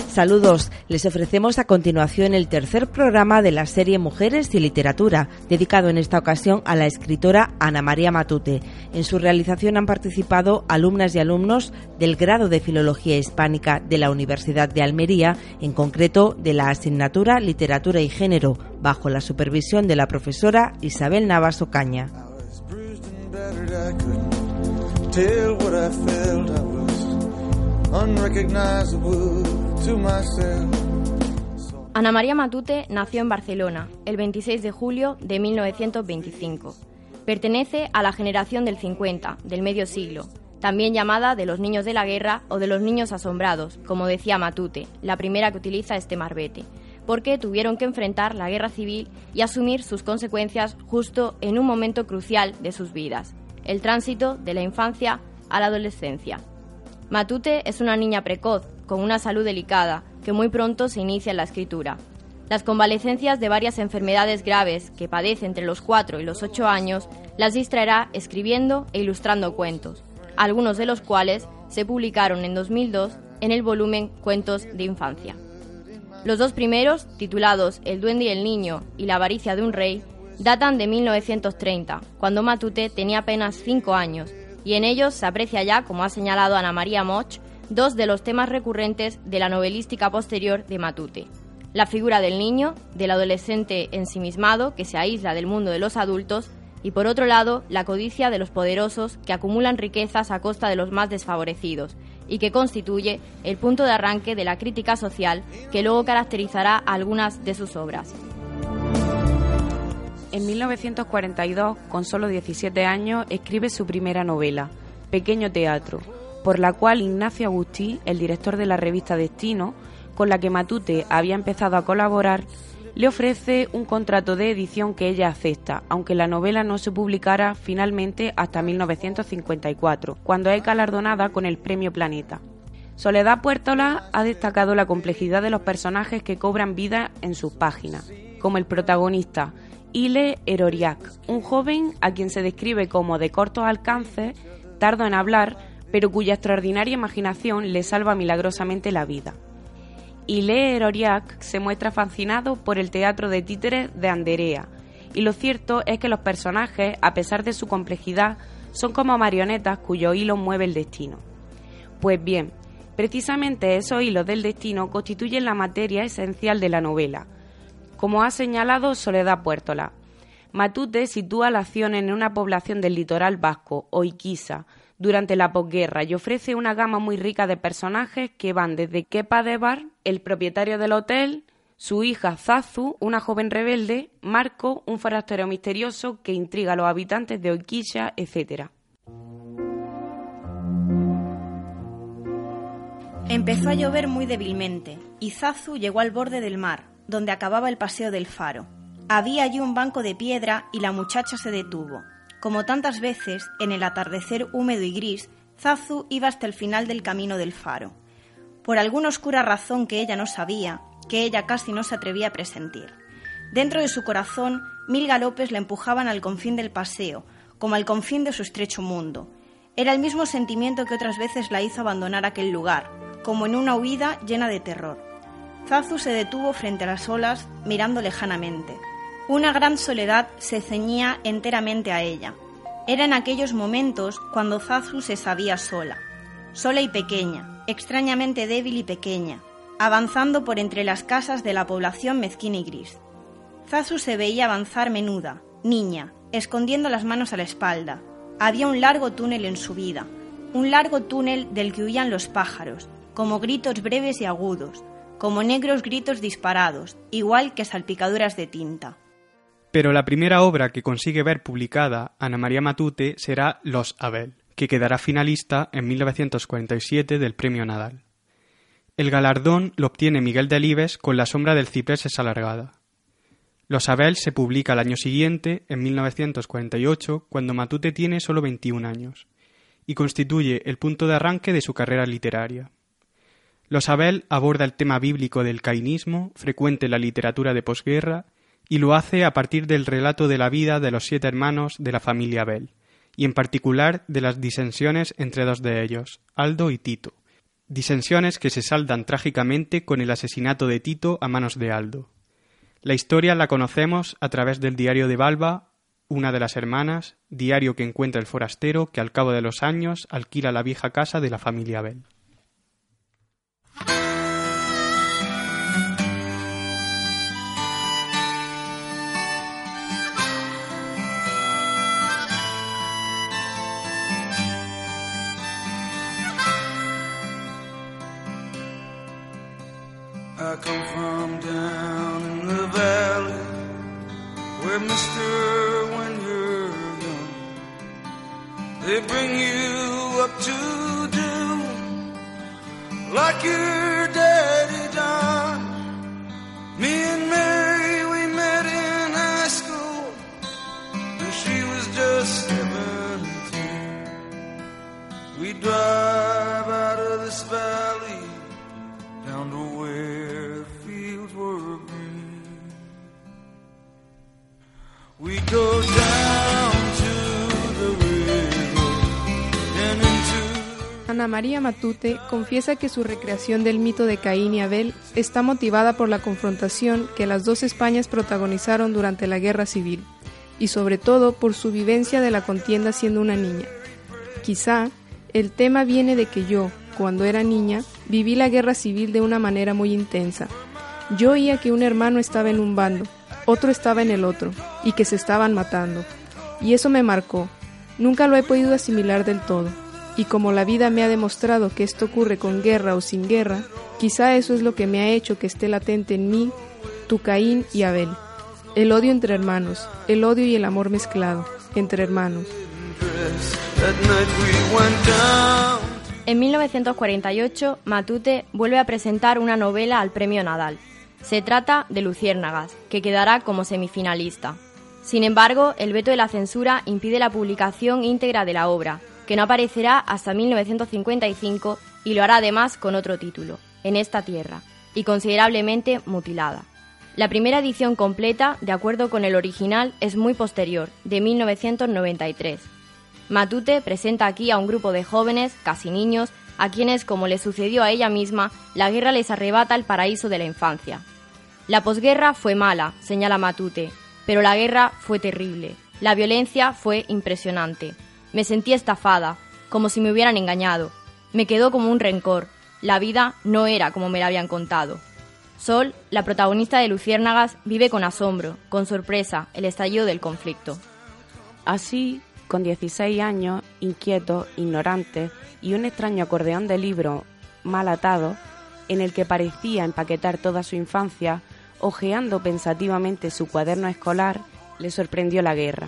Saludos, les ofrecemos a continuación el tercer programa de la serie Mujeres y Literatura, dedicado en esta ocasión a la escritora Ana María Matute. En su realización han participado alumnas y alumnos del grado de Filología Hispánica de la Universidad de Almería, en concreto de la asignatura Literatura y Género, bajo la supervisión de la profesora Isabel Navas Ocaña. Ana María Matute nació en Barcelona el 26 de julio de 1925. Pertenece a la generación del 50, del medio siglo, también llamada de los niños de la guerra o de los niños asombrados, como decía Matute, la primera que utiliza este marbete, porque tuvieron que enfrentar la guerra civil y asumir sus consecuencias justo en un momento crucial de sus vidas, el tránsito de la infancia a la adolescencia. Matute es una niña precoz, con una salud delicada, que muy pronto se inicia en la escritura. Las convalecencias de varias enfermedades graves que padece entre los 4 y los 8 años las distraerá escribiendo e ilustrando cuentos, algunos de los cuales se publicaron en 2002 en el volumen Cuentos de Infancia. Los dos primeros, titulados El duende y el niño y La avaricia de un rey, datan de 1930, cuando Matute tenía apenas 5 años, y en ellos se aprecia ya, como ha señalado Ana María Moch, dos de los temas recurrentes de la novelística posterior de Matute: la figura del niño, del adolescente ensimismado que se aísla del mundo de los adultos, y por otro lado, la codicia de los poderosos que acumulan riquezas a costa de los más desfavorecidos, y que constituye el punto de arranque de la crítica social que luego caracterizará algunas de sus obras. En 1942, con solo 17 años, escribe su primera novela, Pequeño Teatro, por la cual Ignacio Agustí, el director de la revista Destino, con la que Matute había empezado a colaborar, le ofrece un contrato de edición que ella acepta, aunque la novela no se publicara finalmente hasta 1954, cuando es galardonada con el Premio Planeta. Soledad Puertola ha destacado la complejidad de los personajes que cobran vida en sus páginas, como el protagonista, Ile Eroriak, un joven a quien se describe como de cortos alcances, tardo en hablar, pero cuya extraordinaria imaginación le salva milagrosamente la vida. Ile Eroriak se muestra fascinado por el teatro de títeres de Anderea, y lo cierto es que los personajes, a pesar de su complejidad, son como marionetas cuyo hilo mueve el destino. Pues bien, precisamente esos hilos del destino constituyen la materia esencial de la novela. Como ha señalado Soledad Puertola, Matute sitúa la acción en una población del litoral vasco, Oiquiza, durante la posguerra, y ofrece una gama muy rica de personajes que van desde Kepa Debar, el propietario del hotel, su hija Zazu, una joven rebelde, Marco, un forastero misterioso que intriga a los habitantes de Oiquiza, etc. Empezó a llover muy débilmente y Zazu llegó al borde del mar, donde acababa el paseo del faro. Había allí un banco de piedra y la muchacha se detuvo. Como tantas veces, en el atardecer húmedo y gris, Zazu iba hasta el final del camino del faro. Por alguna oscura razón que ella no sabía, que ella casi no se atrevía a presentir. Dentro de su corazón, 1000 galopes la empujaban al confín del paseo, como al confín de su estrecho mundo. Era el mismo sentimiento que otras veces la hizo abandonar aquel lugar, como en una huida llena de terror. Zazu se detuvo frente a las olas, mirando lejanamente. Una gran soledad se ceñía enteramente a ella. Era en aquellos momentos cuando Zazu se sabía sola y pequeña, extrañamente débil y pequeña, avanzando por entre las casas de la población mezquina y gris. Zazu se veía avanzar menuda, niña, escondiendo las manos a la espalda. Había un largo túnel en su vida, un largo túnel del que huían los pájaros, como gritos breves y agudos, como negros gritos disparados, igual que salpicaduras de tinta. Pero la primera obra que consigue ver publicada Ana María Matute será Los Abel, que quedará finalista en 1947 del Premio Nadal. El galardón lo obtiene Miguel Delibes con La sombra del ciprés es alargada. Los Abel se publica al año siguiente, en 1948, cuando Matute tiene solo 21 años, y constituye el punto de arranque de su carrera literaria. Los Abel aborda el tema bíblico del cainismo, frecuente en la literatura de posguerra, y lo hace a partir del relato de la vida de los 7 hermanos de la familia Abel, y en particular de las disensiones entre 2 de ellos, Aldo y Tito, Disensiones que se saldan trágicamente con el asesinato de Tito a manos de Aldo. La historia la conocemos a través del diario de Balba, una de las hermanas, diario que encuentra el forastero que al cabo de los años alquila la vieja casa de la familia Abel. I come from down in the valley where, mister, when you're young, they bring you up to do like your daddy done. Me and Mary, we met in high school and she was just 17. We drive out of this valley down to where fields were green. We go down to the river and into... Ana María Matute confiesa que su recreación del mito de Caín y Abel está motivada por la confrontación que las dos Españas protagonizaron durante la Guerra Civil, y sobre todo por su vivencia de la contienda siendo una niña. Quizá el tema viene de que yo, cuando era niña, viví la guerra civil de una manera muy intensa. Yo oía que un hermano estaba en un bando, otro estaba en el otro, y que se estaban matando. Y eso me marcó. Nunca lo he podido asimilar del todo. Y como la vida me ha demostrado que esto ocurre con guerra o sin guerra, quizá eso es lo que me ha hecho que esté latente en mí, tu Caín y Abel. El odio entre hermanos, el odio y el amor mezclado, entre hermanos. En 1948, Matute vuelve a presentar una novela al Premio Nadal. Se trata de Luciérnagas, que quedará como semifinalista. Sin embargo, el veto de la censura impide la publicación íntegra de la obra, que no aparecerá hasta 1955 y lo hará además con otro título, En esta tierra, y considerablemente mutilada. La primera edición completa, de acuerdo con el original, es muy posterior, de 1993. Matute presenta aquí a un grupo de jóvenes, casi niños, a quienes, como le sucedió a ella misma, la guerra les arrebata el paraíso de la infancia. La posguerra fue mala, señala Matute, pero la guerra fue terrible. La violencia fue impresionante. Me sentí estafada, como si me hubieran engañado. Me quedó como un rencor. La vida no era como me la habían contado. Sol, la protagonista de Luciérnagas, vive con asombro, con sorpresa, el estallido del conflicto. Así, con 16 años, inquieto, ignorante y un extraño acordeón de libro mal atado, en el que parecía empaquetar toda su infancia, hojeando pensativamente su cuaderno escolar, le sorprendió la guerra.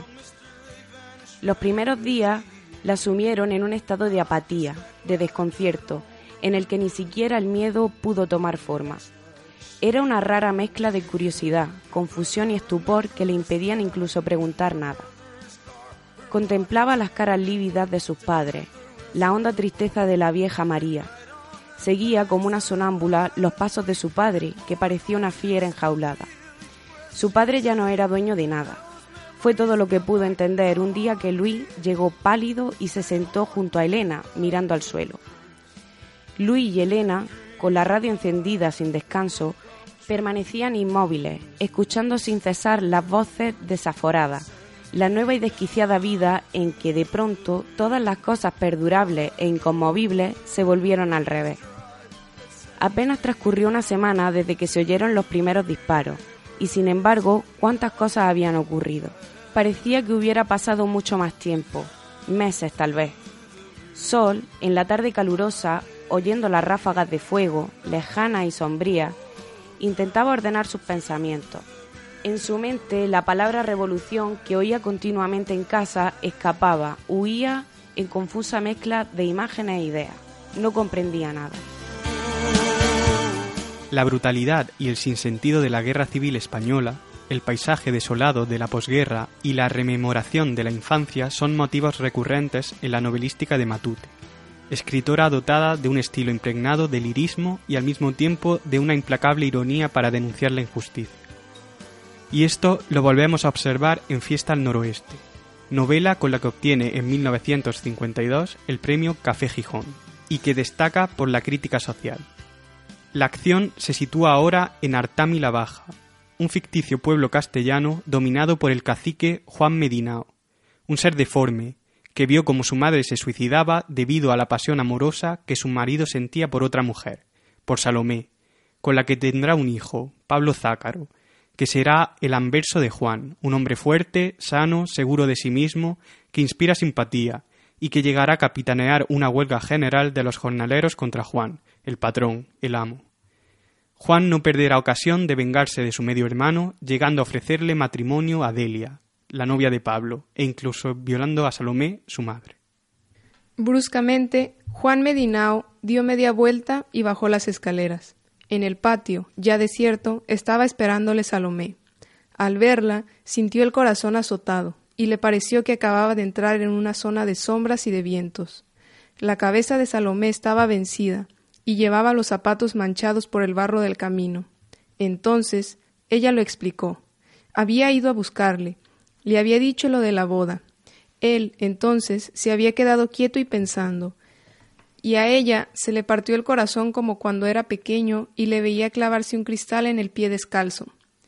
Los primeros días la sumieron en un estado de apatía, de desconcierto, en el que ni siquiera el miedo pudo tomar forma. Era una rara mezcla de curiosidad, confusión y estupor que le impedían incluso preguntar nada. Contemplaba las caras lívidas de sus padres, la honda tristeza de la vieja María. Seguía como una sonámbula los pasos de su padre, que parecía una fiera enjaulada. Su padre ya no era dueño de nada. Fue todo lo que pudo entender un día que Luis llegó pálido y se sentó junto a Elena, mirando al suelo. Luis y Elena, con la radio encendida sin descanso, permanecían inmóviles, escuchando sin cesar las voces desaforadas, la nueva y desquiciada vida en que de pronto todas las cosas perdurables e inconmovibles se volvieron al revés. Apenas transcurrió una semana desde que se oyeron los primeros disparos, y sin embargo, cuántas cosas habían ocurrido. Parecía que hubiera pasado mucho más tiempo, meses tal vez. Sol, en la tarde calurosa, oyendo las ráfagas de fuego, lejanas y sombrías, intentaba ordenar sus pensamientos. En su mente, la palabra revolución que oía continuamente en casa escapaba, huía en confusa mezcla de imágenes e ideas. No comprendía nada. La brutalidad y el sinsentido de la guerra civil española, el paisaje desolado de la posguerra y la rememoración de la infancia son motivos recurrentes en la novelística de Matute, escritora dotada de un estilo impregnado de lirismo y al mismo tiempo de una implacable ironía para denunciar la injusticia. Y esto lo volvemos a observar en Fiesta al Noroeste, novela con la que obtiene en 1952 el premio Café Gijón, y que destaca por la crítica social. La acción se sitúa ahora en Artami la Baja, un ficticio pueblo castellano dominado por el cacique Juan Medinao, un ser deforme, que vio como su madre se suicidaba debido a la pasión amorosa que su marido sentía por otra mujer, por Salomé, con la que tendrá un hijo, Pablo Zácaro, que será el anverso de Juan, un hombre fuerte, sano, seguro de sí mismo, que inspira simpatía, y que llegará a capitanear una huelga general de los jornaleros contra Juan, el patrón, el amo. Juan no perderá ocasión de vengarse de su medio hermano, llegando a ofrecerle matrimonio a Delia, la novia de Pablo, e incluso violando a Salomé, su madre. Bruscamente, Juan Medinao dio media vuelta y bajó las escaleras. En el patio, ya desierto, estaba esperándole Salomé. Al verla, sintió el corazón azotado, y le pareció que acababa de entrar en una zona de sombras y de vientos. La cabeza de Salomé estaba vencida, y llevaba los zapatos manchados por el barro del camino. Entonces, ella lo explicó. Había ido a buscarle, le había dicho lo de la boda. Él, entonces, se había quedado quieto y pensando, y a ella se le partió el corazón como cuando era pequeño y le veía clavarse un cristal en el pie descalzo.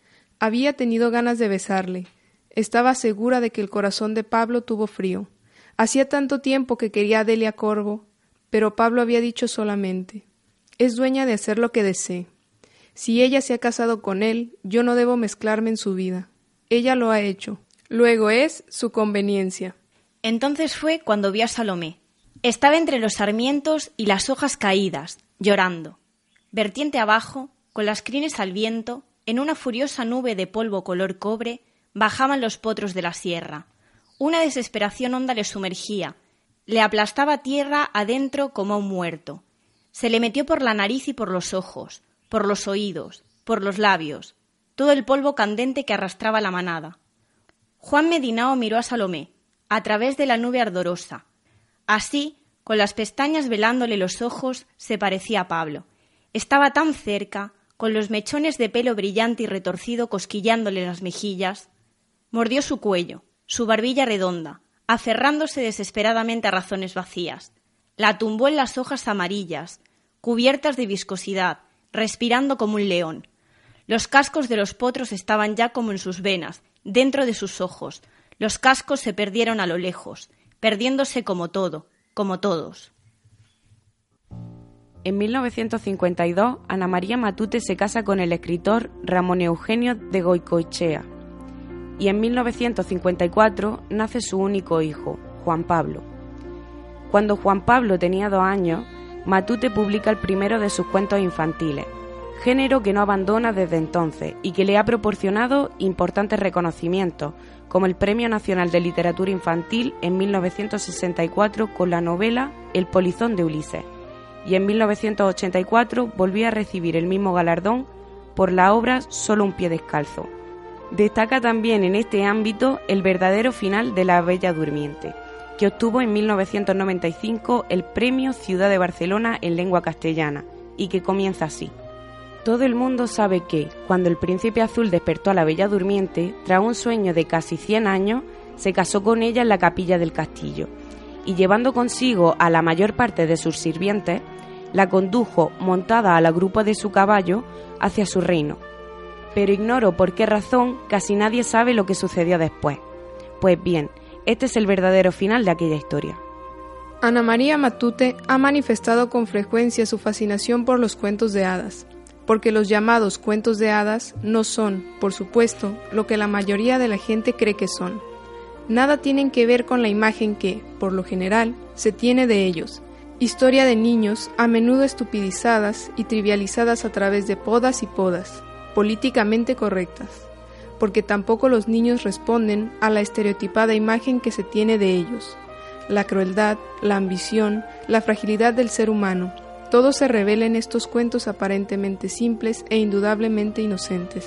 Había tenido ganas de besarle. Estaba segura de que el corazón de Pablo tuvo frío. Hacía tanto tiempo que quería a Delia Corvo, pero Pablo había dicho solamente, «Es dueña de hacer lo que desee. Si ella se ha casado con él, yo no debo mezclarme en su vida. Ella lo ha hecho. Luego es su conveniencia». Entonces fue cuando vio a Salomé. Estaba entre los sarmientos y las hojas caídas, llorando. Vertiente abajo, con las crines al viento, en una furiosa nube de polvo color cobre, bajaban los potros de la sierra. Una desesperación honda le sumergía, le aplastaba tierra adentro como a un muerto. Se le metió por la nariz y por los ojos, por los oídos, por los labios, todo el polvo candente que arrastraba la manada. Juan Medinao miró a Salomé, a través de la nube ardorosa. Así, con las pestañas velándole los ojos, se parecía a Pablo. Estaba tan cerca, con los mechones de pelo brillante y retorcido cosquillándole las mejillas. Mordió su cuello, su barbilla redonda, aferrándose desesperadamente a razones vacías. La tumbó en las hojas amarillas, cubiertas de viscosidad, respirando como un león. Los cascos de los potros estaban ya como en sus venas, dentro de sus ojos. Los cascos se perdieron a lo lejos, perdiéndose como todo, como todos. En 1952, Ana María Matute se casa con el escritor Ramón Eugenio de Goicoechea y en 1954 nace su único hijo, Juan Pablo. Cuando Juan Pablo tenía 2 años, Matute publica el primero de sus cuentos infantiles, género que no abandona desde entonces y que le ha proporcionado importantes reconocimientos, como el Premio Nacional de Literatura Infantil en 1964 con la novela El polizón de Ulises, y en 1984 volvió a recibir el mismo galardón por la obra Solo un pie descalzo. Destaca también en este ámbito El verdadero final de La Bella Durmiente, que obtuvo en 1995 el Premio Ciudad de Barcelona en lengua castellana, y que comienza así. Todo el mundo sabe que, cuando el príncipe azul despertó a la Bella Durmiente, tras un sueño de casi 100 años, se casó con ella en la capilla del castillo, y llevando consigo a la mayor parte de sus sirvientes, la condujo, montada a la grupa de su caballo, hacia su reino. Pero ignoro por qué razón casi nadie sabe lo que sucedió después. Pues bien, este es el verdadero final de aquella historia. Ana María Matute ha manifestado con frecuencia su fascinación por los cuentos de hadas, porque los llamados cuentos de hadas no son, por supuesto, lo que la mayoría de la gente cree que son. Nada tienen que ver con la imagen que, por lo general, se tiene de ellos. Historia de niños, a menudo estupidizadas y trivializadas a través de podas y podas, políticamente correctas, porque tampoco los niños responden a la estereotipada imagen que se tiene de ellos. La crueldad, la ambición, la fragilidad del ser humano, todo se revela en estos cuentos aparentemente simples e indudablemente inocentes.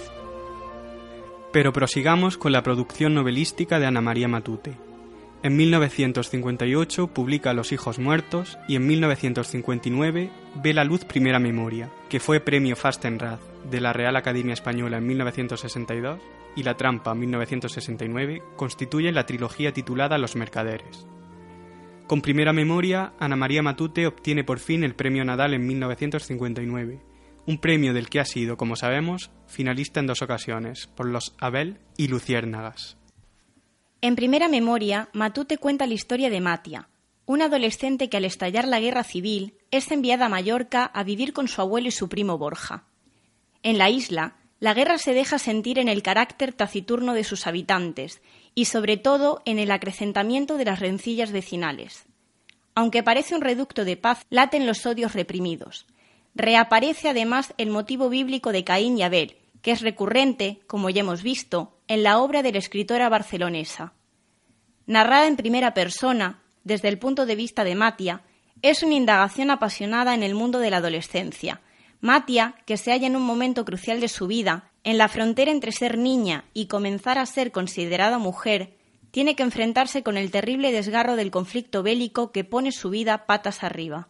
Pero prosigamos con la producción novelística de Ana María Matute. En 1958 publica Los hijos muertos y en 1959 ve la luz Primera memoria, que fue premio Fastenrath de la Real Academia Española en 1962 y La trampa en 1969 constituye la trilogía titulada Los mercaderes. Con Primera Memoria, Ana María Matute obtiene por fin el Premio Nadal en 1959, un premio del que ha sido, como sabemos, finalista en 2 ocasiones, por los Abel y Luciérnagas. En Primera Memoria, Matute cuenta la historia de Matia, una adolescente que al estallar la guerra civil es enviada a Mallorca a vivir con su abuelo y su primo Borja. En la isla, la guerra se deja sentir en el carácter taciturno de sus habitantes y sobre todo en el acrecentamiento de las rencillas vecinales. Aunque parece un reducto de paz, laten los odios reprimidos. Reaparece además el motivo bíblico de Caín y Abel, que es recurrente, como ya hemos visto, en la obra de la escritora barcelonesa. Narrada en primera persona, desde el punto de vista de Matia, es una indagación apasionada en el mundo de la adolescencia. Matia, que se halla en un momento crucial de su vida, en la frontera entre ser niña y comenzar a ser considerada mujer, tiene que enfrentarse con el terrible desgarro del conflicto bélico que pone su vida patas arriba.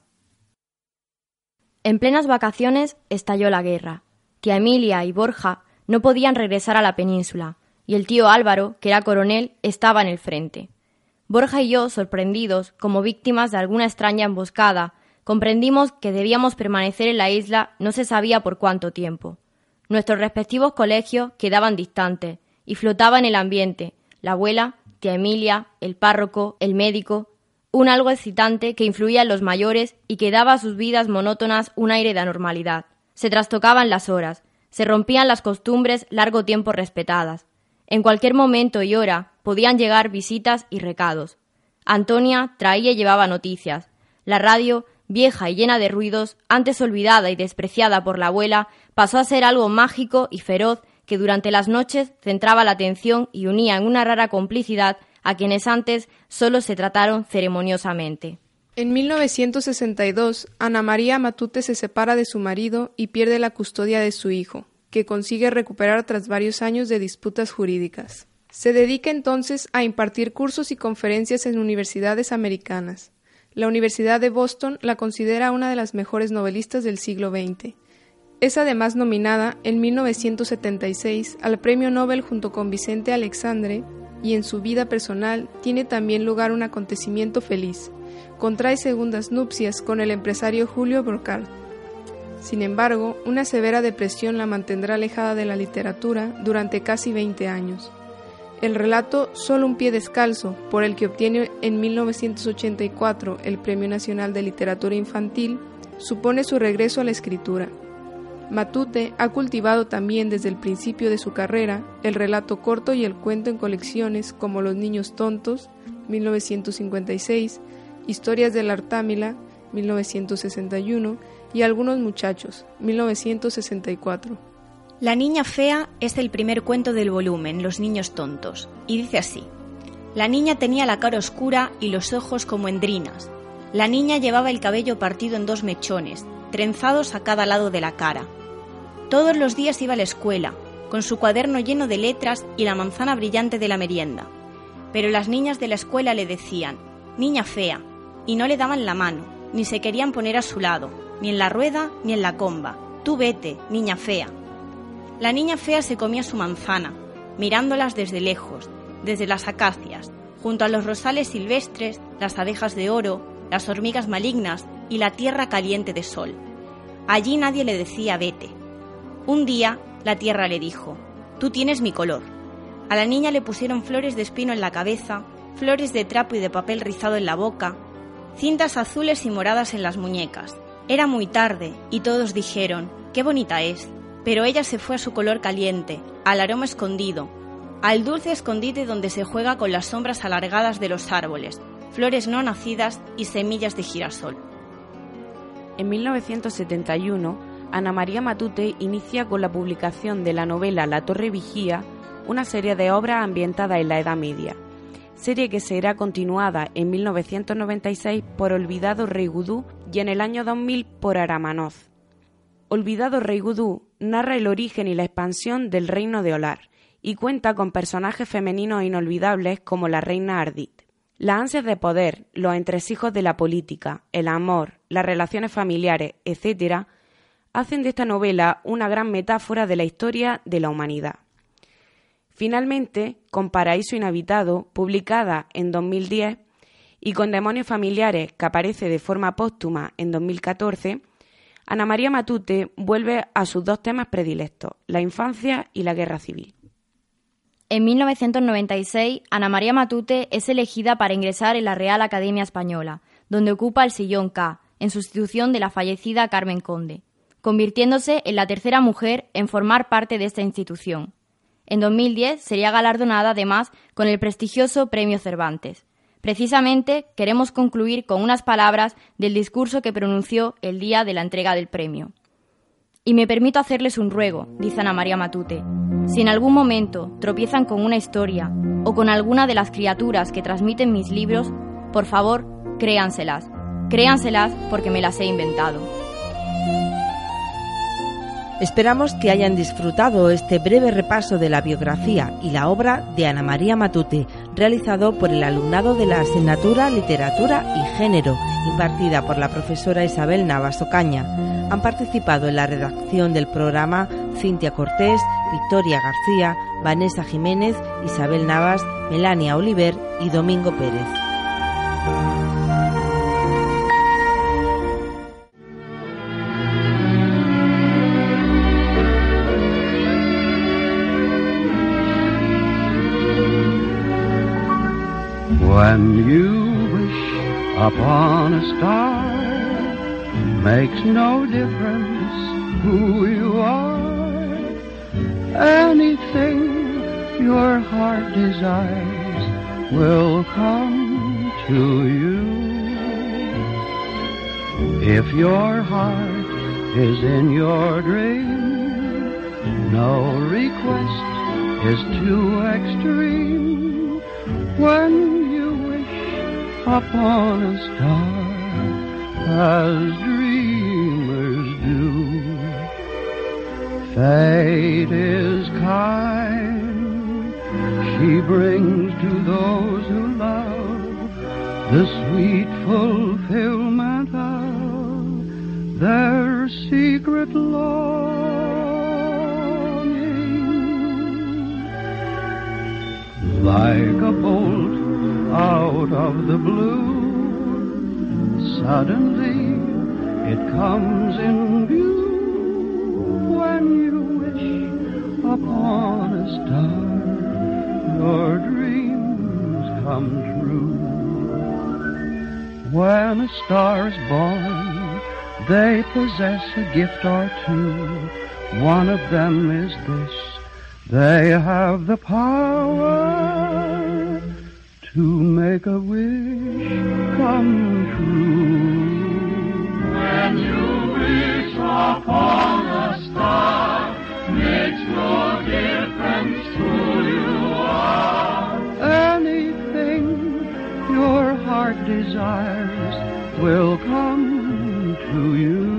En plenas vacaciones estalló la guerra. Tía Emilia y Borja no podían regresar a la península, y el tío Álvaro, que era coronel, estaba en el frente. Borja y yo, sorprendidos, como víctimas de alguna extraña emboscada, comprendimos que debíamos permanecer en la isla no se sabía por cuánto tiempo. Nuestros respectivos colegios quedaban distantes y flotaba en el ambiente la abuela, tía Emilia, el párroco, el médico, un algo excitante que influía en los mayores y que daba a sus vidas monótonas un aire de anormalidad. Se trastocaban las horas, se rompían las costumbres largo tiempo respetadas. En cualquier momento y hora podían llegar visitas y recados. Antonia traía y llevaba noticias. La radio, vieja y llena de ruidos, antes olvidada y despreciada por la abuela, pasó a ser algo mágico y feroz que durante las noches centraba la atención y unía en una rara complicidad a quienes antes solo se trataron ceremoniosamente. En 1962, Ana María Matute se separa de su marido y pierde la custodia de su hijo, que consigue recuperar tras varios años de disputas jurídicas. Se dedica entonces a impartir cursos y conferencias en universidades americanas. La Universidad de Boston la considera una de las mejores novelistas del siglo XX. Es además nominada en 1976 al Premio Nobel junto con Vicente Alexandre, y en su vida personal tiene también lugar un acontecimiento feliz. Contrae segundas nupcias con el empresario Julio Brocard. Sin embargo, una severa depresión la mantendrá alejada de la literatura durante casi 20 años. El relato Solo un pie descalzo, por el que obtiene en 1984 el Premio Nacional de Literatura Infantil, supone su regreso a la escritura. Matute ha cultivado también desde el principio de su carrera el relato corto y el cuento en colecciones como Los niños tontos, 1956, Historias de la Artámila, 1961, y Algunos muchachos, 1964. La niña fea es el primer cuento del volumen, Los niños tontos, y dice así: La niña tenía la cara oscura y los ojos como endrinas. La niña llevaba el cabello partido en 2 mechones, trenzados a cada lado de la cara. Todos los días iba a la escuela, con su cuaderno lleno de letras y la manzana brillante de la merienda. Pero las niñas de la escuela le decían, niña fea, y no le daban la mano, ni se querían poner a su lado, ni en la rueda ni en la comba. Tú vete, niña fea. La niña fea se comía su manzana, mirándolas desde lejos, desde las acacias, junto a los rosales silvestres, las abejas de oro, las hormigas malignas y la tierra caliente de sol. Allí nadie le decía vete. Un día la tierra le dijo, tú tienes mi color. A la niña le pusieron flores de espino en la cabeza, flores de trapo y de papel rizado en la boca, cintas azules y moradas en las muñecas. Era muy tarde y todos dijeron, qué bonita es, pero ella se fue a su color caliente, al aroma escondido, al dulce escondite donde se juega con las sombras alargadas de los árboles, flores no nacidas y semillas de girasol. En 1971, Ana María Matute inicia con la publicación de la novela La Torre Vigía, una serie de obras ambientadas en la Edad Media, serie que será continuada en 1996 por Olvidado Rey Gudú y en el año 2000 por Aramanoz. Olvidado Rey Gudú narra el origen y la expansión del reino de Olar y cuenta con personajes femeninos inolvidables como la reina Ardit. Las ansias de poder, los entresijos de la política, el amor, las relaciones familiares, etc., hacen de esta novela una gran metáfora de la historia de la humanidad. Finalmente, con Paraíso Inhabitado, publicada en 2010, y con Demonios familiares, que aparece de forma póstuma en 2014, Ana María Matute vuelve a sus dos temas predilectos, la infancia y la guerra civil. En 1996, Ana María Matute es elegida para ingresar en la Real Academia Española, donde ocupa el sillón K, en sustitución de la fallecida Carmen Conde, convirtiéndose en la tercera mujer en formar parte de esta institución. En 2010 sería galardonada además con el prestigioso Premio Cervantes. Precisamente queremos concluir con unas palabras del discurso que pronunció el día de la entrega del premio. Y me permito hacerles un ruego, dice Ana María Matute. Si en algún momento tropiezan con una historia o con alguna de las criaturas que transmiten mis libros, por favor, créanselas. Créanselas porque me las he inventado. Esperamos que hayan disfrutado este breve repaso de la biografía y la obra de Ana María Matute, realizado por el alumnado de la asignatura Literatura y Género, impartida por la profesora Isabel Navas Ocaña. Han participado en la redacción del programa Cintia Cortés, Victoria García, Vanessa Jiménez, Isabel Navas, Melania Oliver y Domingo Pérez. When you wish upon a star, makes no difference who you are. Anything your heart desires will come to you. If your heart is in your dream, no request is too extreme. When you wish upon a star, as dreamers do, fate is kind. She brings to those who love the sweet fulfillment of their secret longing. Like a bolt out of the blue, suddenly it comes in view. When you wish upon a star, your dreams come true. When a star's born, they possess a gift or two. One of them is this: they have the power to make a wish come true. When you wish upon a star, makes no difference who you are. Anything your heart desires will come to you.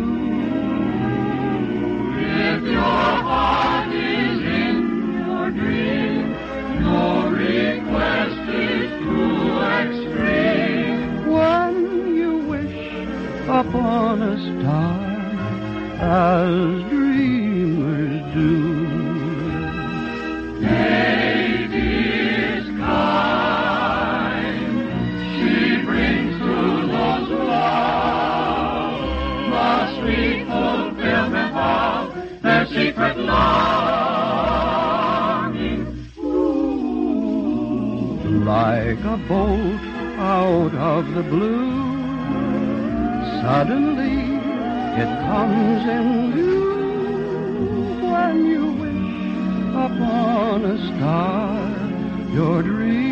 If your heart is in your dream, no request is too extreme. When you wish upon a star, as dreamers do, fate is kind. She brings to those who love the sweet fulfillment of their secret longing. Ooh, like a bolt out of the blue, suddenly it comes in view. When you wish upon a star, your dream